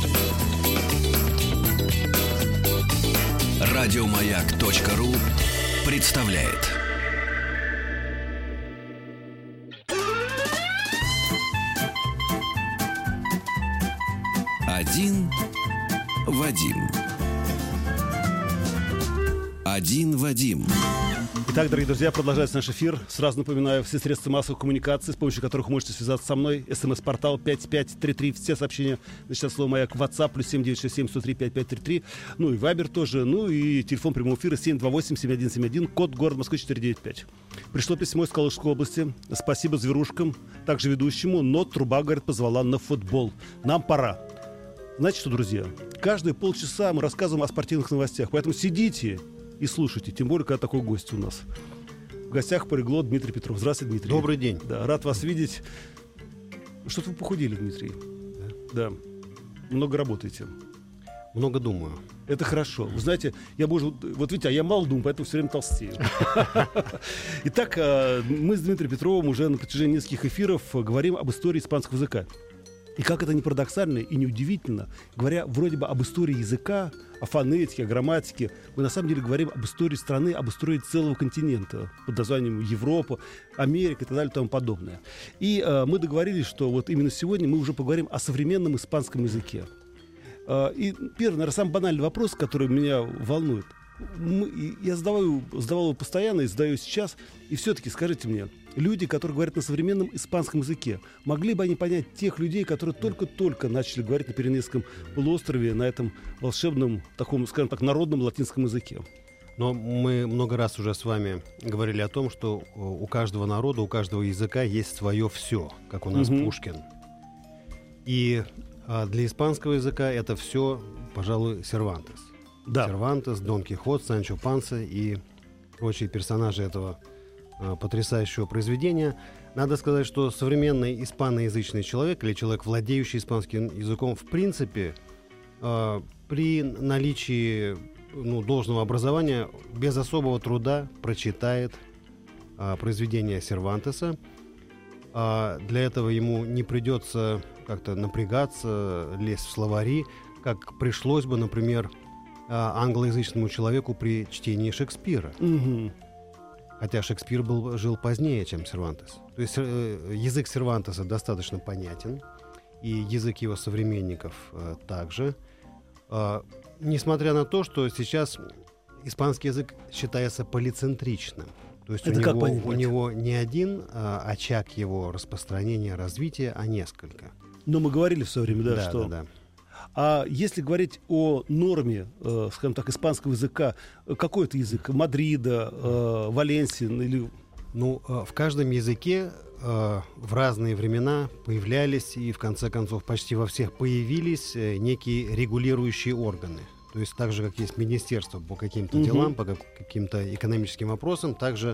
Радиомаяк.ру представляет. Один Вадим. Один Вадим. Итак, дорогие друзья, продолжается наш эфир. Сразу напоминаю, все средства массовой коммуникации, с помощью которых вы можете связаться со мной. СМС-портал 5533. Все сообщения начинают слово «Маяк». WhatsApp +7 967 103 5533. Ну и Viber тоже. Ну и телефон прямого эфира 728-7171. Код город Москвы 495. Пришло письмо из Калужской области. Спасибо зверушкам, также ведущему. Но труба, говорит, позвала на футбол. Нам пора. Знаете что, друзья? Каждые полчаса мы рассказываем о спортивных новостях. Поэтому сидите и слушайте, тем более, когда такой гость у нас. В гостях полиглот Дмитрий Петров. Здравствуйте, Дмитрий. Добрый день. Да, рад вас видеть. Что-то вы похудели, Дмитрий. Да. Много работаете. Много думаю. Это хорошо. Вы знаете, я боже, вот видите, а я мало думаю, поэтому все время толстею. Итак, мы с Дмитрием Петровым уже на протяжении нескольких эфиров говорим об истории испанского языка. И как это не парадоксально и не удивительно, говоря вроде бы об истории языка, о фонетике, о грамматике, мы на самом деле говорим об истории страны, об истории целого континента под названием Европа, Америка и так далее и тому подобное. И мы договорились, что вот именно сегодня мы уже поговорим о современном испанском языке. И первый, наверное, самый банальный вопрос, который меня волнует. Я задавал его постоянно и задаю сейчас. И все-таки скажите мне, люди, которые говорят на современном испанском языке, могли бы они понять тех людей, которые только-только начали говорить на Пиренейском полуострове, на этом волшебном, таком, скажем так, народном латинском языке? Но мы много раз уже с вами говорили о том, что у каждого народа, у каждого языка есть свое все, как у нас Пушкин. И для испанского языка это все, пожалуй, Сервантес. Да. Сервантес, Дон Кихот, Санчо Панса и прочие персонажи этого потрясающего произведения. Надо сказать, что современный испаноязычный человек или человек, владеющий испанским языком, в принципе, при наличии должного образования без особого труда прочитает произведение Сервантеса. Для этого ему не придется как-то напрягаться, лезть в словари, как пришлось бы, например, англоязычному человеку при чтении Шекспира. Хотя Шекспир жил позднее, чем Сервантес. То есть язык Сервантеса достаточно понятен, и язык его современников также. Несмотря на то, что сейчас испанский язык считается полицентричным. То есть у него не один очаг его распространения, развития, а несколько. Но мы говорили в свое время, что... Да. А если говорить о норме, скажем так, испанского языка, какой это язык? Мадрида, Валенсии или... В каждом языке в разные времена появлялись и, в конце концов, почти во всех появились некие регулирующие органы. То есть так же, как есть министерство по каким-то делам, по каким-то экономическим вопросам, также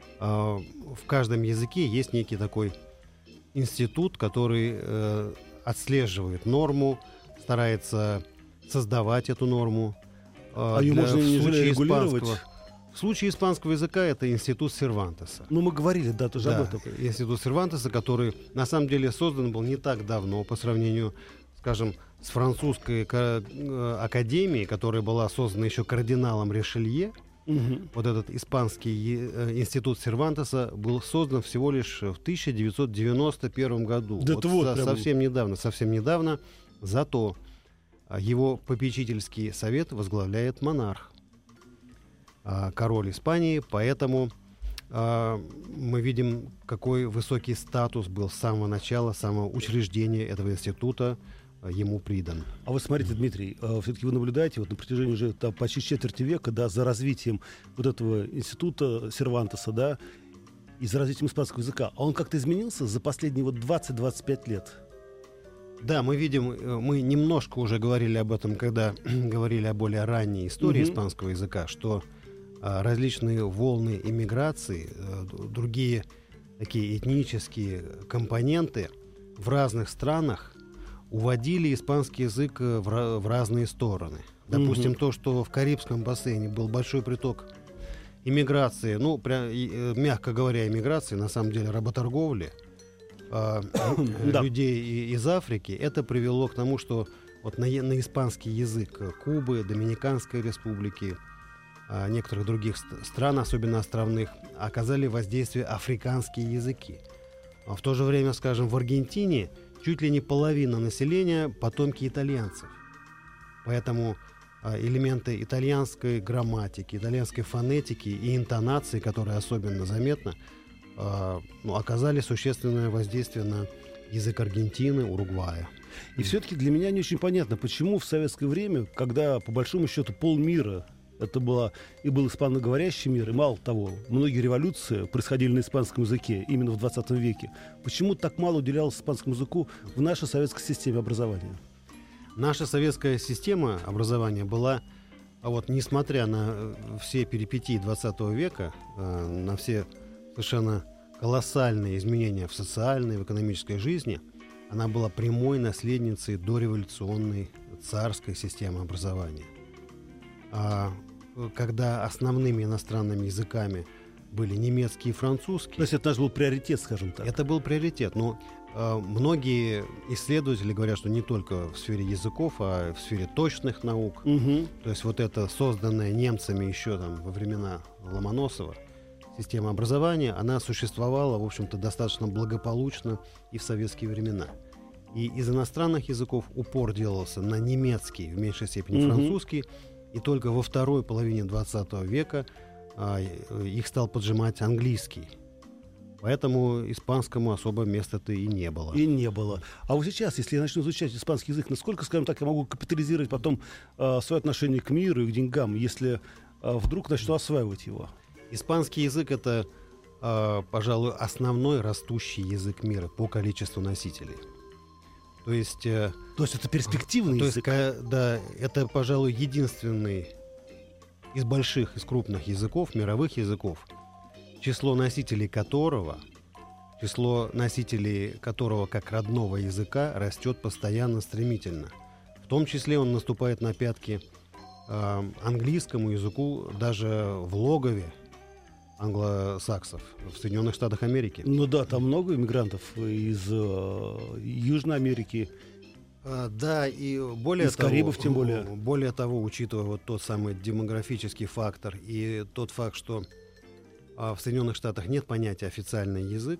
в каждом языке есть некий такой институт, который отслеживает норму, старается создавать эту норму. Ее можно регулировать? В случае испанского языка это институт Сервантеса. Мы говорили, тоже об этом. Институт Сервантеса, который на самом деле создан был не так давно по сравнению, скажем, с французской академией, которая была создана еще кардиналом Ришелье. Вот этот испанский институт Сервантеса был создан всего лишь в 1991 году. Совсем недавно. Зато его попечительский совет возглавляет монарх, король Испании. Поэтому мы видим, какой высокий статус был с самого начала, с самого учреждения этого института ему придан. А вы смотрите, Дмитрий, все-таки вы наблюдаете на протяжении уже почти четверти века, за развитием вот этого института Сервантеса, и за развитием испанского языка. А он как-то изменился за последние 20-25 лет? Да, мы видим, мы немножко уже говорили об этом, когда говорили о более ранней истории испанского языка, что различные волны иммиграции, другие такие этнические компоненты в разных странах уводили испанский язык в разные стороны. Допустим, то, что в Карибском бассейне был большой приток иммиграции, мягко говоря, иммиграции, на самом деле работорговли, людей из Африки, это привело к тому, что вот на испанский язык Кубы, Доминиканской республики, некоторых других стран, особенно островных, оказали воздействие африканские языки. А в то же время, скажем, в Аргентине чуть ли не половина населения потомки итальянцев. Поэтому элементы итальянской грамматики, итальянской фонетики и интонации, которые особенно заметны, оказали существенное воздействие на язык Аргентины, Уругвая. И все-таки для меня не очень понятно, почему в советское время, когда по большому счету полмира это был испаноговорящий мир, и мало того, многие революции происходили на испанском языке именно в 20 веке, почему так мало уделялось испанскому языку в нашей советской системе образования? Наша советская система образования была, несмотря на все перипетии 20 века, на все совершенно колоссальные изменения в социальной, в экономической жизни, она была прямой наследницей дореволюционной царской системы образования. Когда основными иностранными языками были немецкий и французский... То есть это наш был приоритет, скажем так. Это был приоритет, но многие исследователи говорят, что не только в сфере языков, а в сфере точных наук. Угу. То есть вот эта созданная немцами еще во времена Ломоносова система образования, она существовала, в общем-то, достаточно благополучно и в советские времена. И из иностранных языков упор делался на немецкий, в меньшей степени французский, и только во второй половине 20 века их стал поджимать английский. Поэтому испанскому особо места-то и не было. И не было. А вот сейчас, если я начну изучать испанский язык, насколько, скажем так, я могу капитализировать потом свое отношение к миру и к деньгам, если вдруг начну осваивать его? Испанский язык — это, пожалуй, основной растущий язык мира по количеству носителей. То есть это перспективный язык? Да, это, пожалуй, единственный из больших, из крупных языков, мировых языков, число носителей которого как родного языка растет постоянно, стремительно. В том числе он наступает на пятки английскому языку даже в логове англосаксов в Соединенных Штатах Америки. Ну да, там много иммигрантов из Южной Америки. Да, и более из того, Карибов тем более. Более того, учитывая вот тот самый демографический фактор и тот факт, что в Соединенных Штатах нет понятия официальный язык,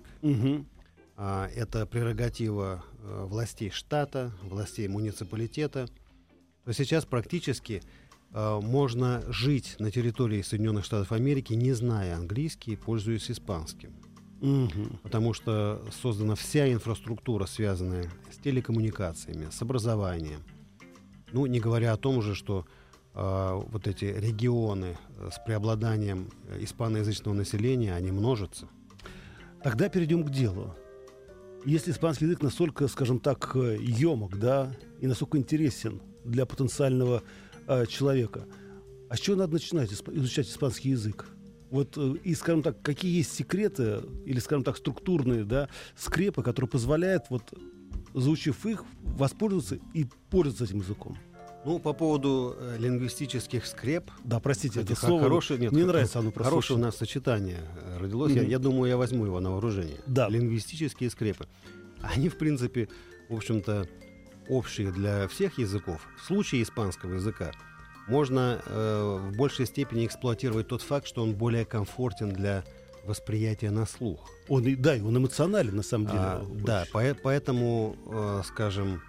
это прерогатива властей штата, властей муниципалитета, то сейчас практически можно жить на территории Соединенных Штатов Америки, не зная английский, пользуясь испанским. Потому что создана вся инфраструктура, связанная с телекоммуникациями, с образованием. Ну, не говоря о том же, что вот эти регионы с преобладанием испаноязычного населения, они множатся. Тогда перейдем к делу. Если испанский язык настолько, скажем так, емок, да, и настолько интересен для потенциального человека, а с чего надо начинать изучать испанский язык? Вот, и, скажем так, какие есть секреты или, скажем так, структурные, да, скрепы, которые позволяют, вот, заучив их, воспользоваться и пользоваться этим языком? Ну, по поводу лингвистических скреп... Да, простите, это слово хорошее, мне нравится оно просто. Хорошее у нас сочетание родилось. Я думаю, я возьму его на вооружение. Да. Лингвистические скрепы. Они, в принципе, в общем-то, общие для всех языков. В случае испанского языка можно в большей степени эксплуатировать тот факт, что он более комфортен для восприятия на слух. Он эмоционален, на самом деле. Да, поэтому, скажем,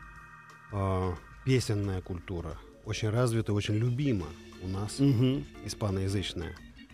песенная культура очень развита, очень любима у нас, испаноязычная.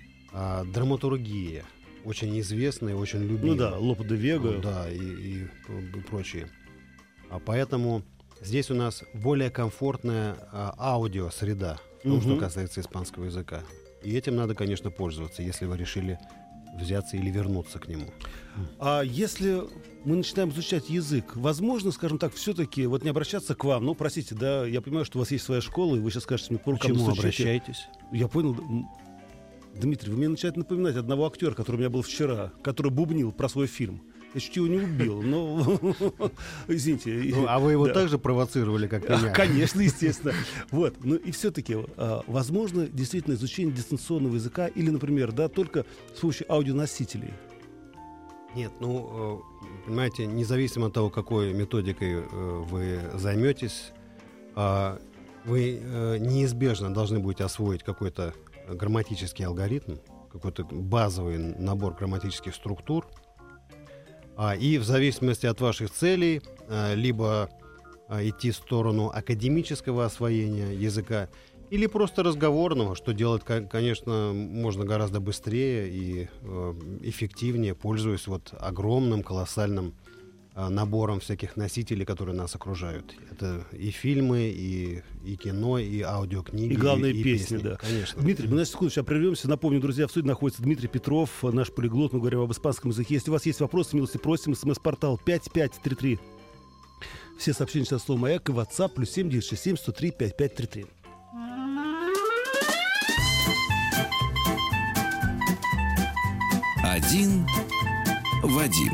Драматургия очень известная, очень любима. Ну да, Лопе де Вега. Да, и прочие. Поэтому здесь у нас более комфортная аудиосреда, в том, что касается испанского языка. И этим надо, конечно, пользоваться, если вы решили взяться или вернуться к нему. А если мы начинаем изучать язык, возможно, скажем так, все-таки вот не обращаться к вам, ну, простите, да, я понимаю, что у вас есть своя школа, и вы сейчас скажете мне по рукам. Почему обращаетесь? Я понял. Дмитрий, вы мне начинаете напоминать одного актера, который у меня был вчера, который бубнил про свой фильм. Я чуть его не убил, но... Извините. Ну, а вы его также провоцировали, как меня? Конечно, естественно. Вот. Ну и все-таки, возможно, действительно изучение дистанционного языка или, например, да, только с помощью аудионосителей? Нет, понимаете, независимо от того, какой методикой вы займетесь, вы неизбежно должны будете освоить какой-то грамматический алгоритм, какой-то базовый набор грамматических структур. И в зависимости от ваших целей, либо идти в сторону академического освоения языка, или просто разговорного, что делать, конечно, можно гораздо быстрее и эффективнее, пользуясь огромным, колоссальным набором всяких носителей, которые нас окружают. Это и фильмы, и кино, и аудиокниги. И главное, и песни, да. Конечно. Дмитрий, мы на секунду сейчас прервемся. Напомню, друзья, в студии находится Дмитрий Петров, наш полиглот. Мы говорим об испанском языке. Если у вас есть вопросы, милости просим. СМС-портал 5533. Все сообщения со словом «Маяк» и WhatsApp +7 967 103 5533. Один Вадим.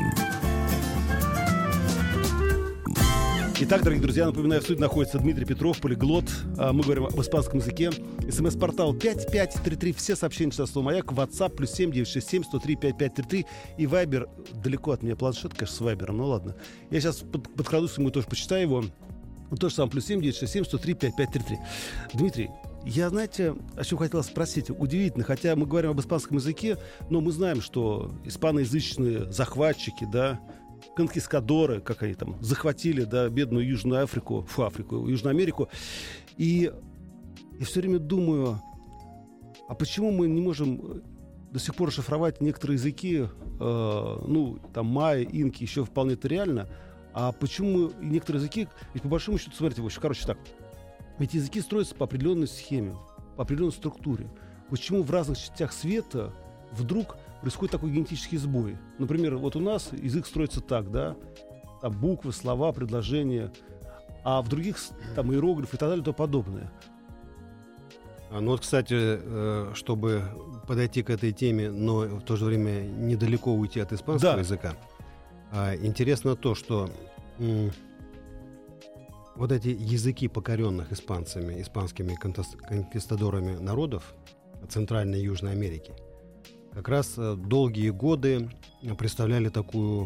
Итак, дорогие друзья, напоминаю, в студии находится Дмитрий Петров, полиглот. Мы говорим об испанском языке. СМС-портал 5533. Все сообщения со словом «Маяк». WhatsApp +7 967 103 5533. И Вайбер. Далеко от меня планшет, конечно, с Вайбером. Ну ладно. Я сейчас подкрадусь к нему, тоже почитаю его. То же самое. +7 967 103 5533. Дмитрий, я, знаете, о чем хотел спросить. Удивительно, хотя мы говорим об испанском языке, но мы знаем, что испаноязычные захватчики, да, конкискадоры, как они там, захватили, да, бедную Южную Африку, Южную Америку. И я все время думаю, а почему мы не можем до сих пор шифровать некоторые языки, там майя, инки, еще вполне это реально, а почему некоторые языки, ведь по большому счету, смотрите, так, ведь языки строятся по определенной схеме, по определенной структуре. Почему в разных частях света вдруг происходит такой генетический сбой? Например, у нас язык строится так, да, там буквы, слова, предложения, а в других там иероглифы и так далее и тому подобное. Кстати, чтобы подойти к этой теме, но в то же время недалеко уйти от испанского языка, интересно то, что эти языки покоренных испанцами, испанскими конкистадорами народов Центральной и Южной Америки, как раз долгие годы представляли такую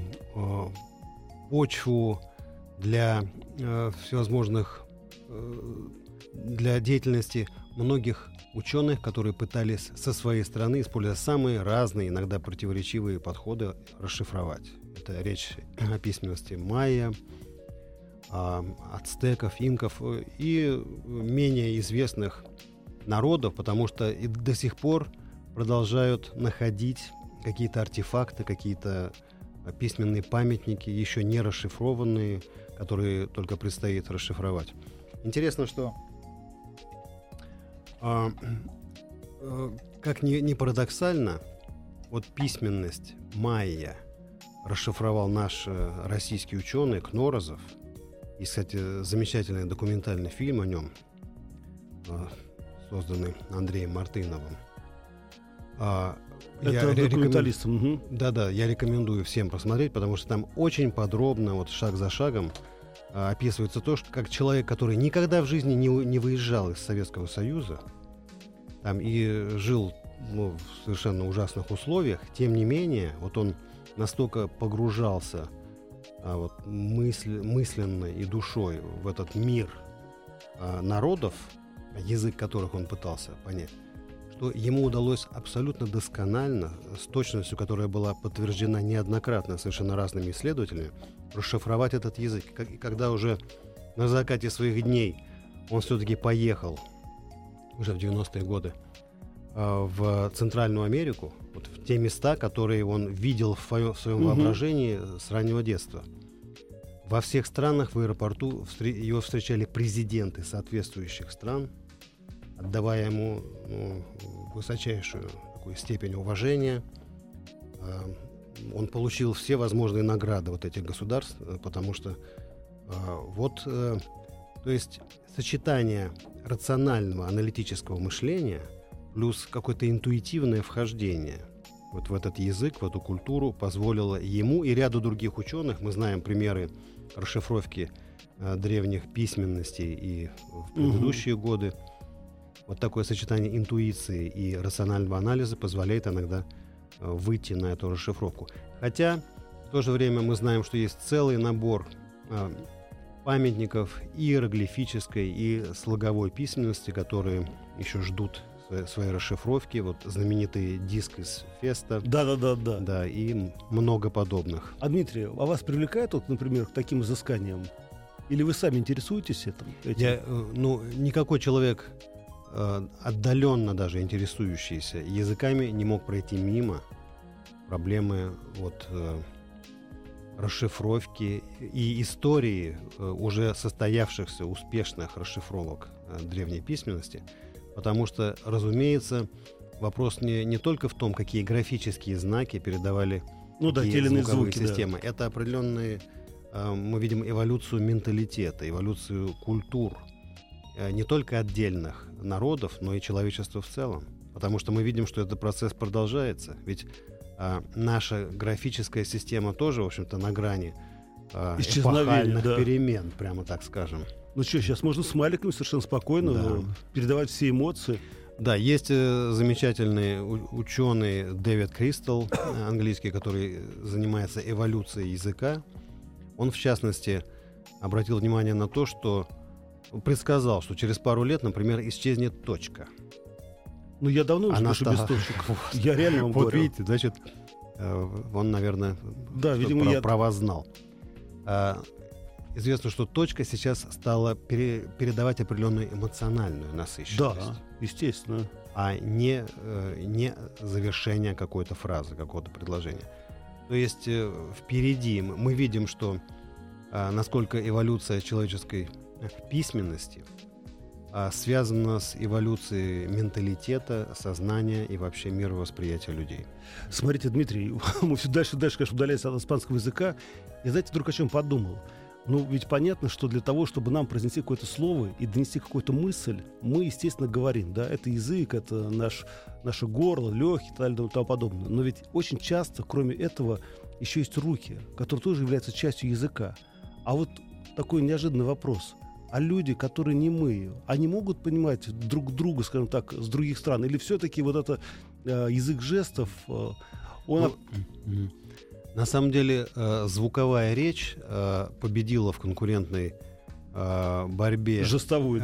почву для всевозможных, для деятельности многих ученых, которые пытались со своей стороны, используя самые разные, иногда противоречивые подходы, расшифровать. Это речь о письменности майя, ацтеков, инков и менее известных народов, потому что и до сих пор продолжают находить какие-то артефакты, какие-то письменные памятники, еще не расшифрованные, которые только предстоит расшифровать. Интересно, что как ни парадоксально, письменность майя расшифровал наш российский ученый Кнорозов. И, кстати, замечательный документальный фильм о нем, созданный Андреем Мартыновым. Это документалистом. Да, я рекомендую всем посмотреть, потому что там очень подробно, шаг за шагом, описывается то, что как человек, который никогда в жизни не выезжал из Советского Союза, там и жил в совершенно ужасных условиях, тем не менее, он настолько погружался мысленно и душой в этот мир народов, язык которых он пытался понять, что ему удалось абсолютно досконально, с точностью, которая была подтверждена неоднократно совершенно разными исследователями, расшифровать этот язык. И когда уже на закате своих дней он все-таки поехал, уже в 90-е годы, в Центральную Америку, в те места, которые он видел в своем воображении с раннего детства. Во всех странах в аэропорту его встречали президенты соответствующих стран, отдавая ему высочайшую такую степень уважения. Он получил все возможные награды этих государств, потому что то есть сочетание рационального аналитического мышления плюс какое-то интуитивное вхождение в этот язык, в эту культуру позволило ему и ряду других ученых, мы знаем примеры расшифровки древних письменностей и в предыдущие годы, такое сочетание интуиции и рационального анализа позволяет иногда выйти на эту расшифровку. Хотя В то же время мы знаем, что есть целый набор памятников и иероглифической, и слоговой письменности, которые еще ждут своей расшифровки. Вот знаменитый диск из Феста. Да. Да, и много подобных. А Дмитрий, а вас привлекает, вот, например, к таким изысканиям? Или вы сами интересуетесь этим? Никакой человек, отдаленно даже интересующийся языками, не мог пройти мимо проблемы расшифровки и истории уже состоявшихся успешных расшифровок древней письменности, потому что, разумеется, вопрос не только в том, какие графические знаки передавали те или иные звуковые звуки, системы. Да. Это определенные, мы видим эволюцию менталитета, эволюцию культур не только отдельных народов, но и человечества в целом. Потому что мы видим, что этот процесс продолжается. Ведь наша графическая система тоже, в общем-то, на грани эпохальных перемен, прямо так скажем. Ну что, сейчас можно смайликами совершенно спокойно передавать все эмоции. Да, есть замечательный ученый Дэвид Кристал, английский, который занимается эволюцией языка. Он, в частности, обратил внимание на то, что предсказал, что через пару лет, например, исчезнет точка. Ну, я давно уже пишу без точек. Я реально вам говорю. Вот видите, значит, он, наверное, про вас знал. Известно, что точка сейчас стала передавать определенную эмоциональную насыщенность. Да, естественно. А не завершение какой-то фразы, какого-то предложения. То есть впереди мы видим, что насколько эволюция человеческой письменности связана с эволюцией менталитета, сознания и вообще мировосприятия людей. Смотрите, Дмитрий, мы все дальше, конечно, удаляемся от испанского языка. Я, знаете, вдруг о чем подумал. Ну, ведь понятно, что для того, чтобы нам произнести какое-то слово и донести какую-то мысль, мы, естественно, говорим, да, это язык, это наше горло, легкие и тому подобное. Но ведь очень часто, кроме этого, еще есть руки, которые тоже являются частью языка. А вот такой неожиданный вопрос. А люди, которые немые, они могут понимать друг друга, скажем так, с других стран? Или все-таки вот это язык жестов, он... На самом деле звуковая речь победила в конкурентной борьбе жестовую,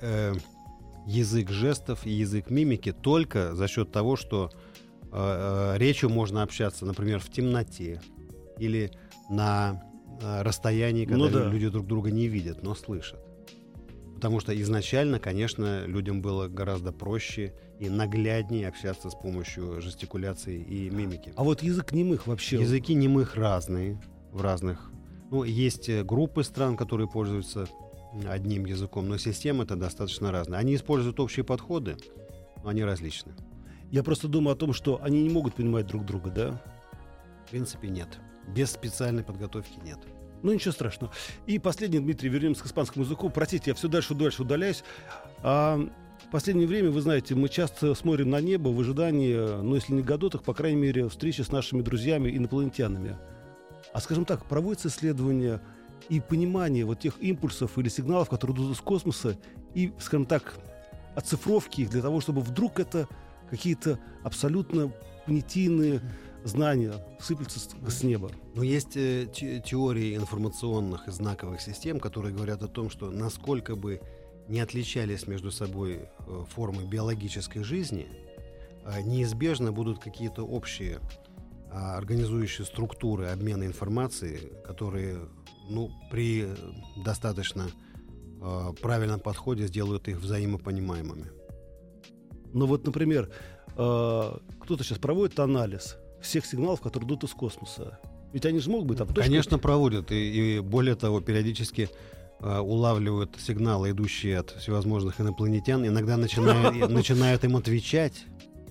язык жестов и язык мимики только за счет того, что речью можно общаться, например, в темноте или на расстоянии, когда люди друг друга не видят, но слышат. Потому что изначально, конечно, людям было гораздо проще и нагляднее общаться с помощью жестикуляции и мимики. А вот язык немых вообще? Языки немых разные, в разных. Есть группы стран, которые пользуются одним языком, но система-то достаточно разная. Они используют общие подходы, но они различны. Я просто думаю о том, что они не могут понимать друг друга, да? В принципе, нет. Без специальной подготовки нет. Ну, ничего страшного. И последний, Дмитрий, вернемся к испанскому языку. Простите, я все дальше удаляюсь. В последнее время, вы знаете, мы часто смотрим на небо в ожидании, если не годов, по крайней мере, встречи с нашими друзьями-инопланетянами. А, скажем так, проводятся исследования и понимание вот тех импульсов или сигналов, которые идут из космоса, и, скажем так, оцифровки их для того, чтобы вдруг это какие-то абсолютно понятийные знания сыплются с неба. Но есть теории информационных и знаковых систем, которые говорят о том, что насколько бы не отличались между собой формы биологической жизни, неизбежно будут какие-то общие организующие структуры обмена информацией, которые при достаточно правильном подходе сделают их взаимопонимаемыми. Ну вот, например, кто-то сейчас проводит анализ всех сигналов, которые идут из космоса. Ведь они же могут быть там... Конечно, проводят. И более того, периодически улавливают сигналы, идущие от всевозможных инопланетян. Иногда начинают им отвечать.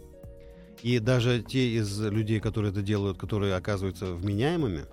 И даже те из людей, которые это делают, которые оказываются вменяемыми,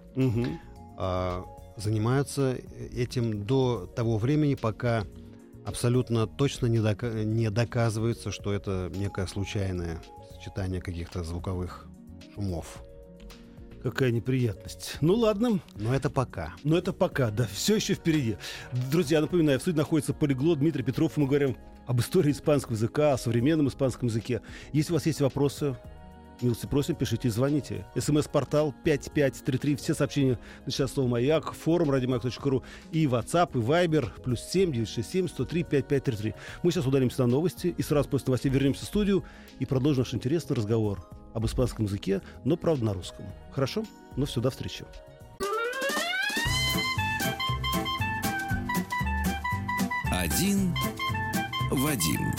занимаются этим до того времени, пока абсолютно точно не доказывается, что это некое случайное сочетание каких-то звуковых шумов. Какая неприятность. Ну ладно. Но это пока. Да. Все еще впереди. Друзья, напоминаю, в студии находится полиглот Дмитрий Петров. Мы говорим об истории испанского языка, о современном испанском языке. Если у вас есть вопросы, Милости просим, пишите и звоните. СМС-портал 5533. Все сообщения начинают слово «Маяк», форум radiomayak.ru и WhatsApp, и Viber, +7 967 103 5533. Мы сейчас ударимся на новости и сразу после новостей вернемся в студию и продолжим наш интересный разговор об испанском языке, но, правда, на русском. Хорошо? Ну все, до встречи. Один Вадим.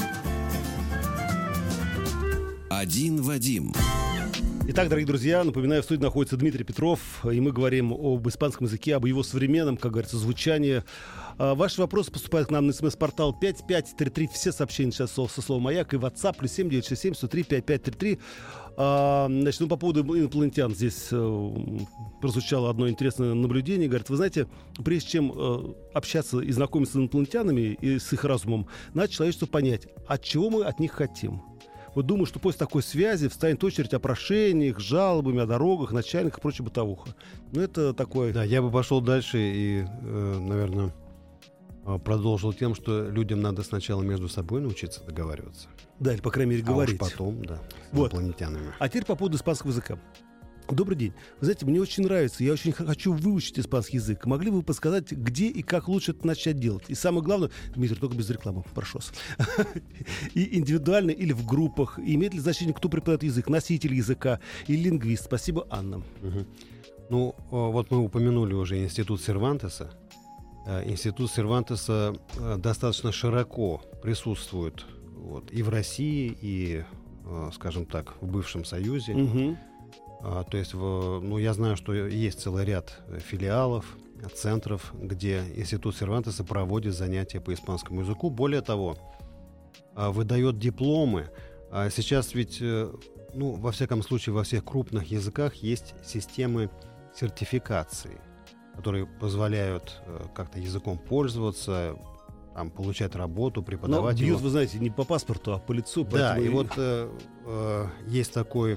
Один Вадим. Итак, дорогие друзья, напоминаю, в студии находится Дмитрий Петров, и мы говорим об испанском языке, об его современном, как говорится, звучании. Ваши вопросы поступают к нам на смс-портал 5533. Все сообщения сейчас со словом «Маяк» и WhatsApp +7 967 103 5533. Значит, по поводу инопланетян здесь прозвучало одно интересное наблюдение. Говорят, вы знаете, прежде чем общаться и знакомиться с инопланетянами и с их разумом, надо человечеству понять, от чего мы от них хотим. Вот думаю, что после такой связи встанет очередь о прошениях, жалобами, о дорогах, начальниках и прочей бытовуха. Ну, это такое... Да, я бы пошел дальше и, наверное, продолжил тем, что людям надо сначала между собой научиться договариваться. Да, или, по крайней мере, говорить. А уж потом, да, с вот. инопланетянами. А теперь по поводу испанского языка. Добрый день. Вы знаете, мне очень нравится, я очень хочу выучить испанский язык. Могли бы вы подсказать, где и как лучше это начать делать? И самое главное, Дмитрий, только без рекламы, прошу вас. И индивидуально или в группах. И имеет ли значение, кто преподает язык? Носитель языка или лингвист? Спасибо, Анна. Ну, вот мы упомянули уже институт Сервантеса. Институт Сервантеса достаточно широко присутствует и в России, и, скажем так, в бывшем Союзе. То есть, я знаю, что есть целый ряд филиалов, центров, где институт Сервантеса проводит занятия по испанскому языку. Более того, выдает дипломы. Сейчас ведь, во всяком случае, во всех крупных языках есть системы сертификации, которые позволяют как-то языком пользоваться, там, получать работу, преподавать его. Но бьют, вы знаете, не по паспорту, а по лицу. Да, и вот есть такой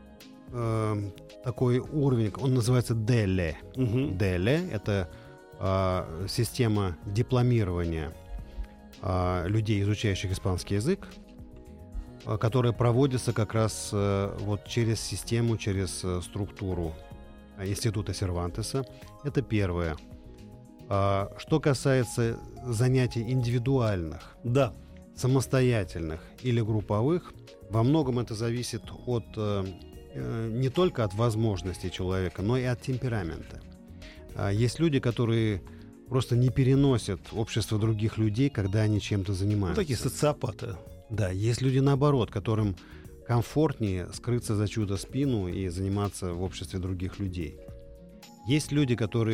уровень, он называется DELE. DELE — это система дипломирования людей, изучающих испанский язык, которая проводится как раз через систему, через структуру института Сервантеса. Это первое. Что касается занятий индивидуальных, да, самостоятельных или групповых, во многом это зависит от не только от возможностей человека, но и от темперамента. Есть люди, которые просто не переносят общество других людей, когда они чем-то занимаются. Такие социопаты. Да, есть люди наоборот, которым комфортнее скрыться за чью-то спину и заниматься в обществе других людей. Есть люди,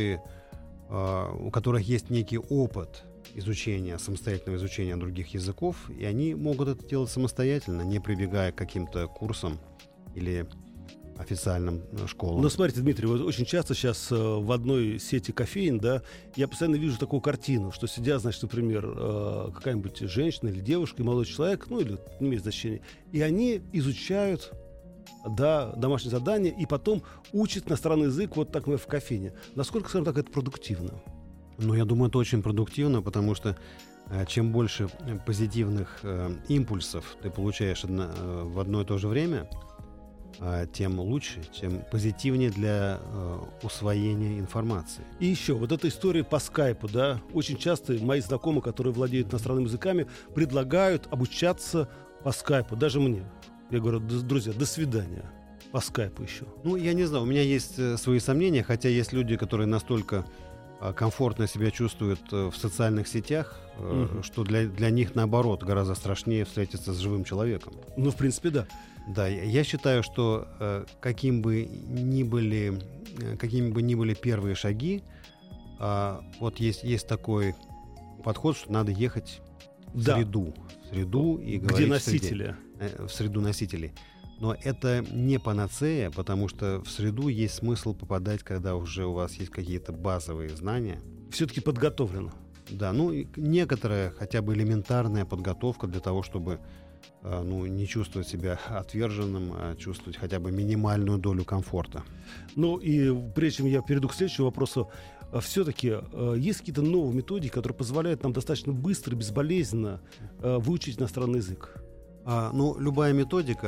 у которых есть некий опыт самостоятельного изучения других языков, и они могут это делать самостоятельно, не прибегая к каким-то курсам или официальным школам. Но смотрите, Дмитрий, вот очень часто сейчас в одной сети кофеин, да, я постоянно вижу такую картину, что сидят, значит, например, какая-нибудь женщина или девушка, и молодой человек, или не имеет значения, и они изучают, да, домашнее задание, и потом учат иностранный язык вот так, в кофейне. Насколько, скажем так, это продуктивно? Я думаю, это очень продуктивно, потому что чем больше позитивных импульсов ты получаешь в одно и то же время, тем лучше, тем позитивнее для усвоения информации. И еще, вот эта история по скайпу, да, очень часто мои знакомые, которые владеют иностранными языками, предлагают обучаться по скайпу, даже мне. Я говорю, друзья, до свидания, по скайпу еще. Я не знаю, у меня есть свои сомнения, хотя есть люди, которые настолько комфортно себя чувствуют в социальных сетях, что для них, наоборот, гораздо страшнее встретиться с живым человеком. В принципе, да. Да, я считаю, что какими бы ни были первые шаги, есть такой подход, что надо ехать в среду и говорить где носители. В среду носителей. Но это не панацея, потому что в среду есть смысл попадать, когда уже у вас есть какие-то базовые знания. Все-таки подготовлено. Да, некоторая хотя бы элементарная подготовка для того, чтобы не чувствовать себя отверженным, а чувствовать хотя бы минимальную долю комфорта. И прежде чем я перейду к следующему вопросу, все-таки есть какие-то новые методики, которые позволяют нам достаточно быстро, безболезненно выучить иностранный язык? Любая методика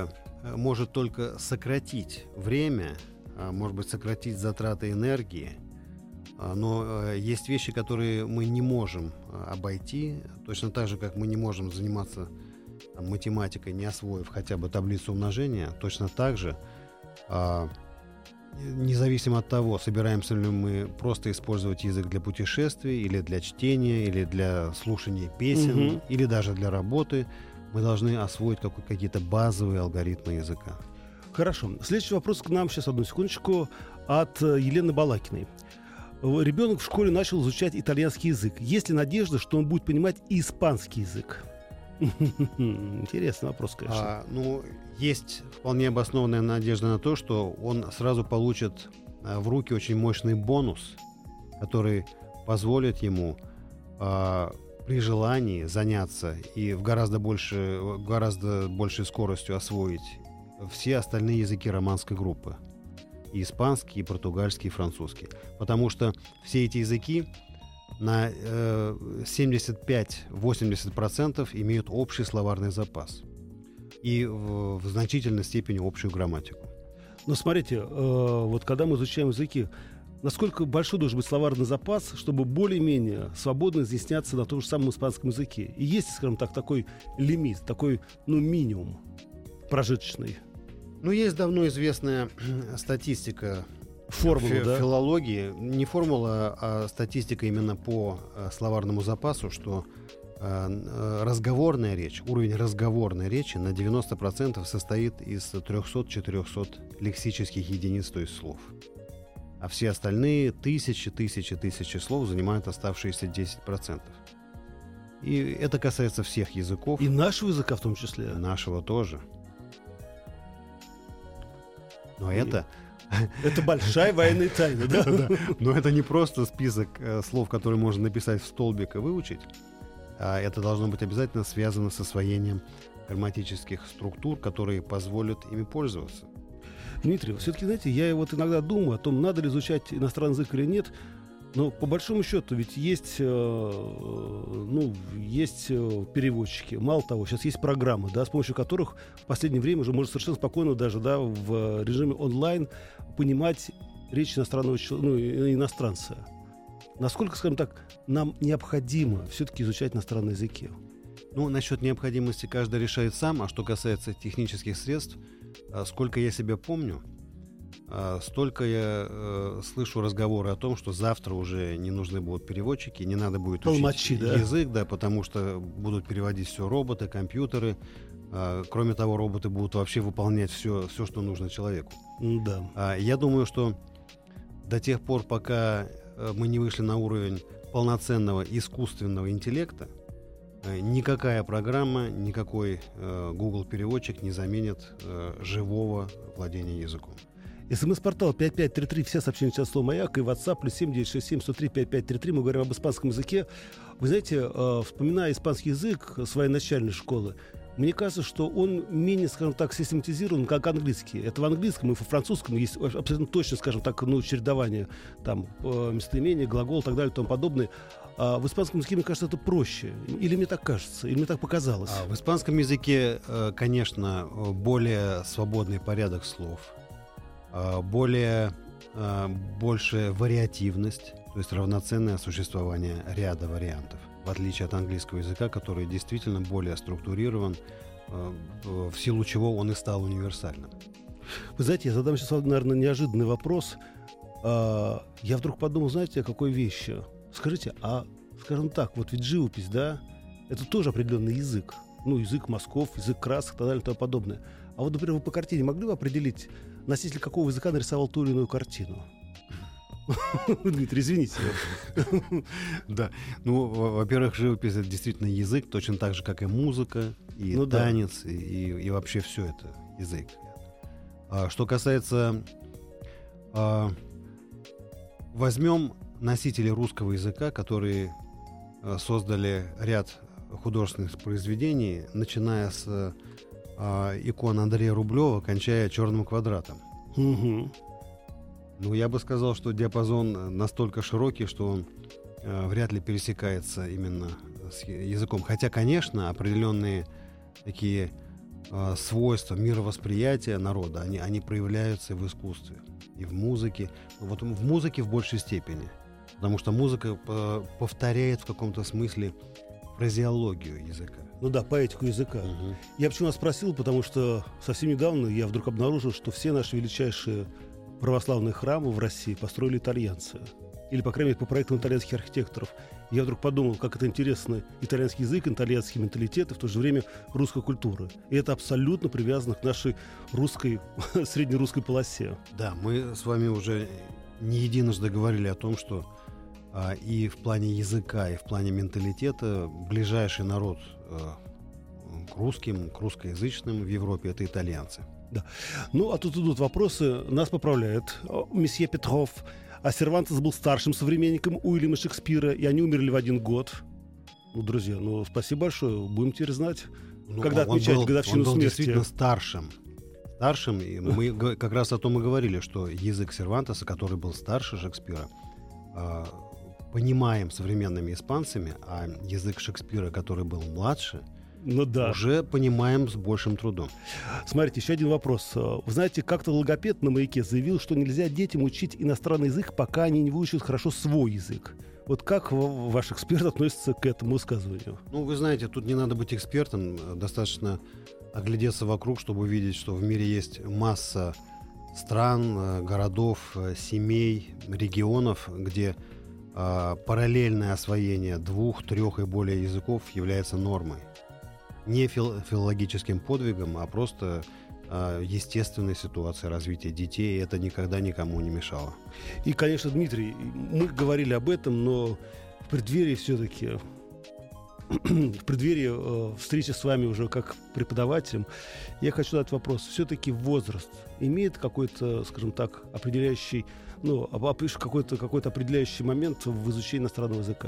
может только сократить время, может быть, сократить затраты энергии, но есть вещи, которые мы не можем обойти, точно так же, как мы не можем заниматься математикой, не освоив хотя бы таблицу умножения, точно так же, независимо от того, собираемся ли мы просто использовать язык для путешествий, или для чтения, или для слушания песен, или даже для работы, мы должны освоить какие-то базовые алгоритмы языка. Хорошо. Следующий вопрос к нам, сейчас, одну секундочку, от Елены Балакиной. Ребенок в школе начал изучать итальянский язык. Есть ли надежда, что он будет понимать и испанский язык? Интересный вопрос, конечно. Есть вполне обоснованная надежда на то, что он сразу получит в руки очень мощный бонус, который позволит ему при желании заняться и в гораздо большей скоростью освоить все остальные языки романской группы. И испанский, и португальский, и французский. Потому что все эти языки на 75-80% имеют общий словарный запас. И в значительной степени общую грамматику. Но смотрите, вот когда мы изучаем языки, насколько большой должен быть словарный запас, чтобы более-менее свободно изъясняться на том же самом испанском языке? И есть, скажем так, такой лимит, такой, минимум прожиточный? Есть давно известная статистика филологии. Не формула, а статистика именно по словарному запасу, что разговорная речь, уровень разговорной речи на 90% состоит из 300-400 лексических единиц, то есть слов. А все остальные тысячи слов занимают оставшиеся 10%. И это касается всех языков. И нашего языка в том числе. Нашего тоже. Но это большая военная тайна, да? Но это не просто список слов, которые можно написать в столбик и выучить, а это должно быть обязательно связано с освоением грамматических структур, которые позволят ими пользоваться. Дмитрий, все-таки, знаете, я иногда думаю о том, надо ли изучать иностранный язык или нет. Но по большому счету ведь есть переводчики. Мало того, сейчас есть программы, с помощью которых в последнее время уже можно совершенно спокойно даже в режиме онлайн понимать речь иностранца. Насколько, скажем так, нам необходимо все-таки изучать иностранные языки? Насчет необходимости каждый решает сам. А что касается технических средств, сколько я себя помню, столько я слышу разговоры о том, что завтра уже не нужны будут переводчики, не надо будет учить язык, потому что будут переводить все роботы, компьютеры. Кроме того, роботы будут вообще выполнять все, что нужно человеку. Да. Я думаю, что до тех пор, пока мы не вышли на уровень полноценного искусственного интеллекта, никакая программа, никакой Google переводчик не заменит живого владения языком. СМС-портал 5533, все сообщения сейчас слово «Маяк» и WhatsApp +7 967 103 5533. Мы говорим об испанском языке. Вы знаете, вспоминая испанский язык своей начальной школы, мне кажется, что он менее, скажем так, систематизирован, как английский. Это в английском и во французском есть абсолютно точно, скажем так, чередование местоимения, глагол и так далее и тому подобное. А в испанском языке, мне кажется, это проще. Или мне так кажется, или мне так показалось. В испанском языке, конечно, более свободный порядок слов, большая вариативность, то есть равноценное существование ряда вариантов, в отличие от английского языка, который действительно более структурирован, в силу чего он и стал универсальным. Вы знаете, я задам сейчас, наверное, неожиданный вопрос. Я вдруг подумал, знаете, о какой вещи? Скажите, скажем так, вот ведь живопись, это тоже определенный язык. Язык мазков, язык красок и так далее и тому подобное. А вот, например, вы по картине могли бы определить, носитель какого языка нарисовал ту или иную картину? Дмитрий, извините. Да. Во-первых, живопись — это действительно язык, точно так же, как и музыка, и танец, и вообще все это язык. Что касается... Возьмем носители русского языка, которые создали ряд художественных произведений, начиная с икон Андрея Рублева, кончая «Черным квадратом». Я бы сказал, что диапазон настолько широкий, что он вряд ли пересекается именно с языком. Хотя, конечно, определенные такие свойства мировосприятия народа, они проявляются в искусстве и в музыке. Вот в музыке в большей степени, потому что музыка повторяет в каком-то смысле фразеологию языка. Ну да, поэтику языка. Мгм. Я почему вас спросил, потому что совсем недавно я вдруг обнаружил, что все наши величайшие православные храмы в России построили итальянцы. Или, по крайней мере, по проектам итальянских архитекторов. Я вдруг подумал, как это интересно, итальянский язык, итальянский менталитет и в то же время русская культура. И это абсолютно привязано к нашей русской, среднерусской полосе. Да, мы с вами уже не единожды говорили о том, что и в плане языка, и в плане менталитета ближайший народ к русским, к русскоязычным в Европе — это итальянцы. Ну, а тут идут вопросы, нас поправляет месье Петров. А Сервантес был старшим современником Уильяма Шекспира, и они умерли в один год. Ну, друзья, спасибо большое. Будем теперь знать, когда отмечать годовщину он был смерти. действительно старшим, и мы как раз о том и говорили, что язык Сервантеса, который был старше Шекспира, понимаем современными испанцами, а язык Шекспира, который был младше, Ну да. уже понимаем с большим трудом. Смотрите, еще один вопрос. Вы знаете, как-то логопед на «Маяке» заявил, что нельзя детям учить иностранный язык, пока они не выучат хорошо свой язык. Вот как ваш эксперт относится к этому высказыванию? Ну, вы знаете, тут не надо быть экспертом, достаточно оглядеться вокруг, чтобы увидеть, что в мире есть масса стран, городов, семей, регионов, где параллельное освоение 2, 3 и более языков является нормой. Не филологическим подвигом, а просто естественной ситуацией развития детей, и это никогда никому не мешало. И, конечно, Дмитрий, мы говорили об этом, но в преддверии все-таки, в преддверии встречи с вами уже как преподавателем, я хочу задать вопрос. Все-таки возраст имеет какой-то, скажем так, определяющий, какой-то определяющий момент в изучении иностранного языка?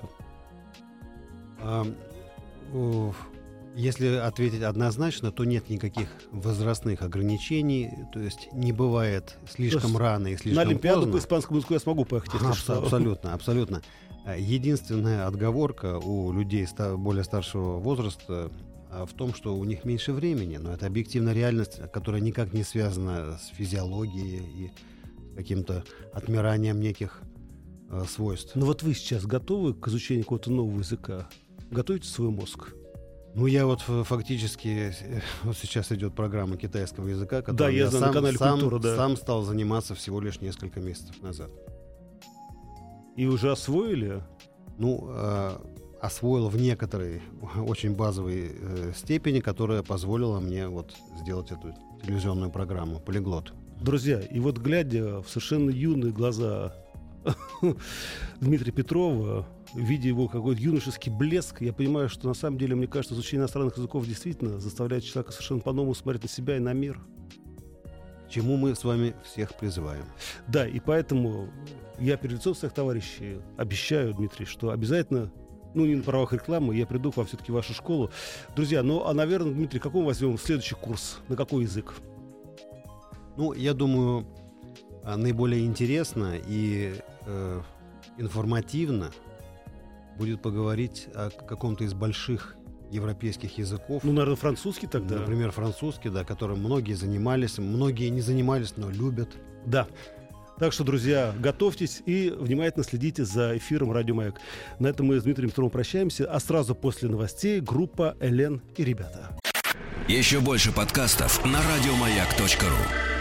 Если ответить однозначно, то нет никаких возрастных ограничений, то есть не бывает слишком рано и слишком поздно. На Олимпиаду поздно. по испанскому языку я смогу поехать, если что. Абсолютно. Единственная отговорка у людей более старшего возраста в том, что у них меньше времени, но это объективная реальность, которая никак не связана с физиологией и каким-то отмиранием неких свойств. Но вот вы сейчас готовы к изучению какого-то нового языка? Готовите свой мозг? Ну, я вот фактически, вот сейчас идет программа китайского языка, Да, которой я знаю, на канале «Культура», да. сам стал заниматься всего лишь несколько месяцев назад. И уже освоили? Ну, освоил в некоторой очень базовой степени, которая позволила мне вот сделать эту телевизионную программу «Полиглот». Друзья, и вот глядя в совершенно юные глаза Дмитрия Петрова, видя его какой-то юношеский блеск, я понимаю, что на самом деле, мне кажется, изучение иностранных языков действительно заставляет человека совершенно по-новому смотреть на себя и на мир. К чему мы с вами всех призываем. Да, и поэтому я перед лицом своих товарищей обещаю, Дмитрий, что обязательно, не на правах рекламы, я приду к вам все-таки в вашу школу. Друзья, наверное, Дмитрий, какой мы возьмем следующий курс? На какой язык? Ну, я думаю, наиболее интересно и информативно будет поговорить о каком-то из больших европейских языков. Наверное, французский тогда. Например, французский, да, которым многие занимались, многие не занимались, но любят. Да. Так что, друзья, готовьтесь и внимательно следите за эфиром «Радио Маяк». На этом мы с Дмитрием Петровым прощаемся, а сразу после новостей группа «Элен и ребята». Еще больше подкастов на радиомаяк.ру.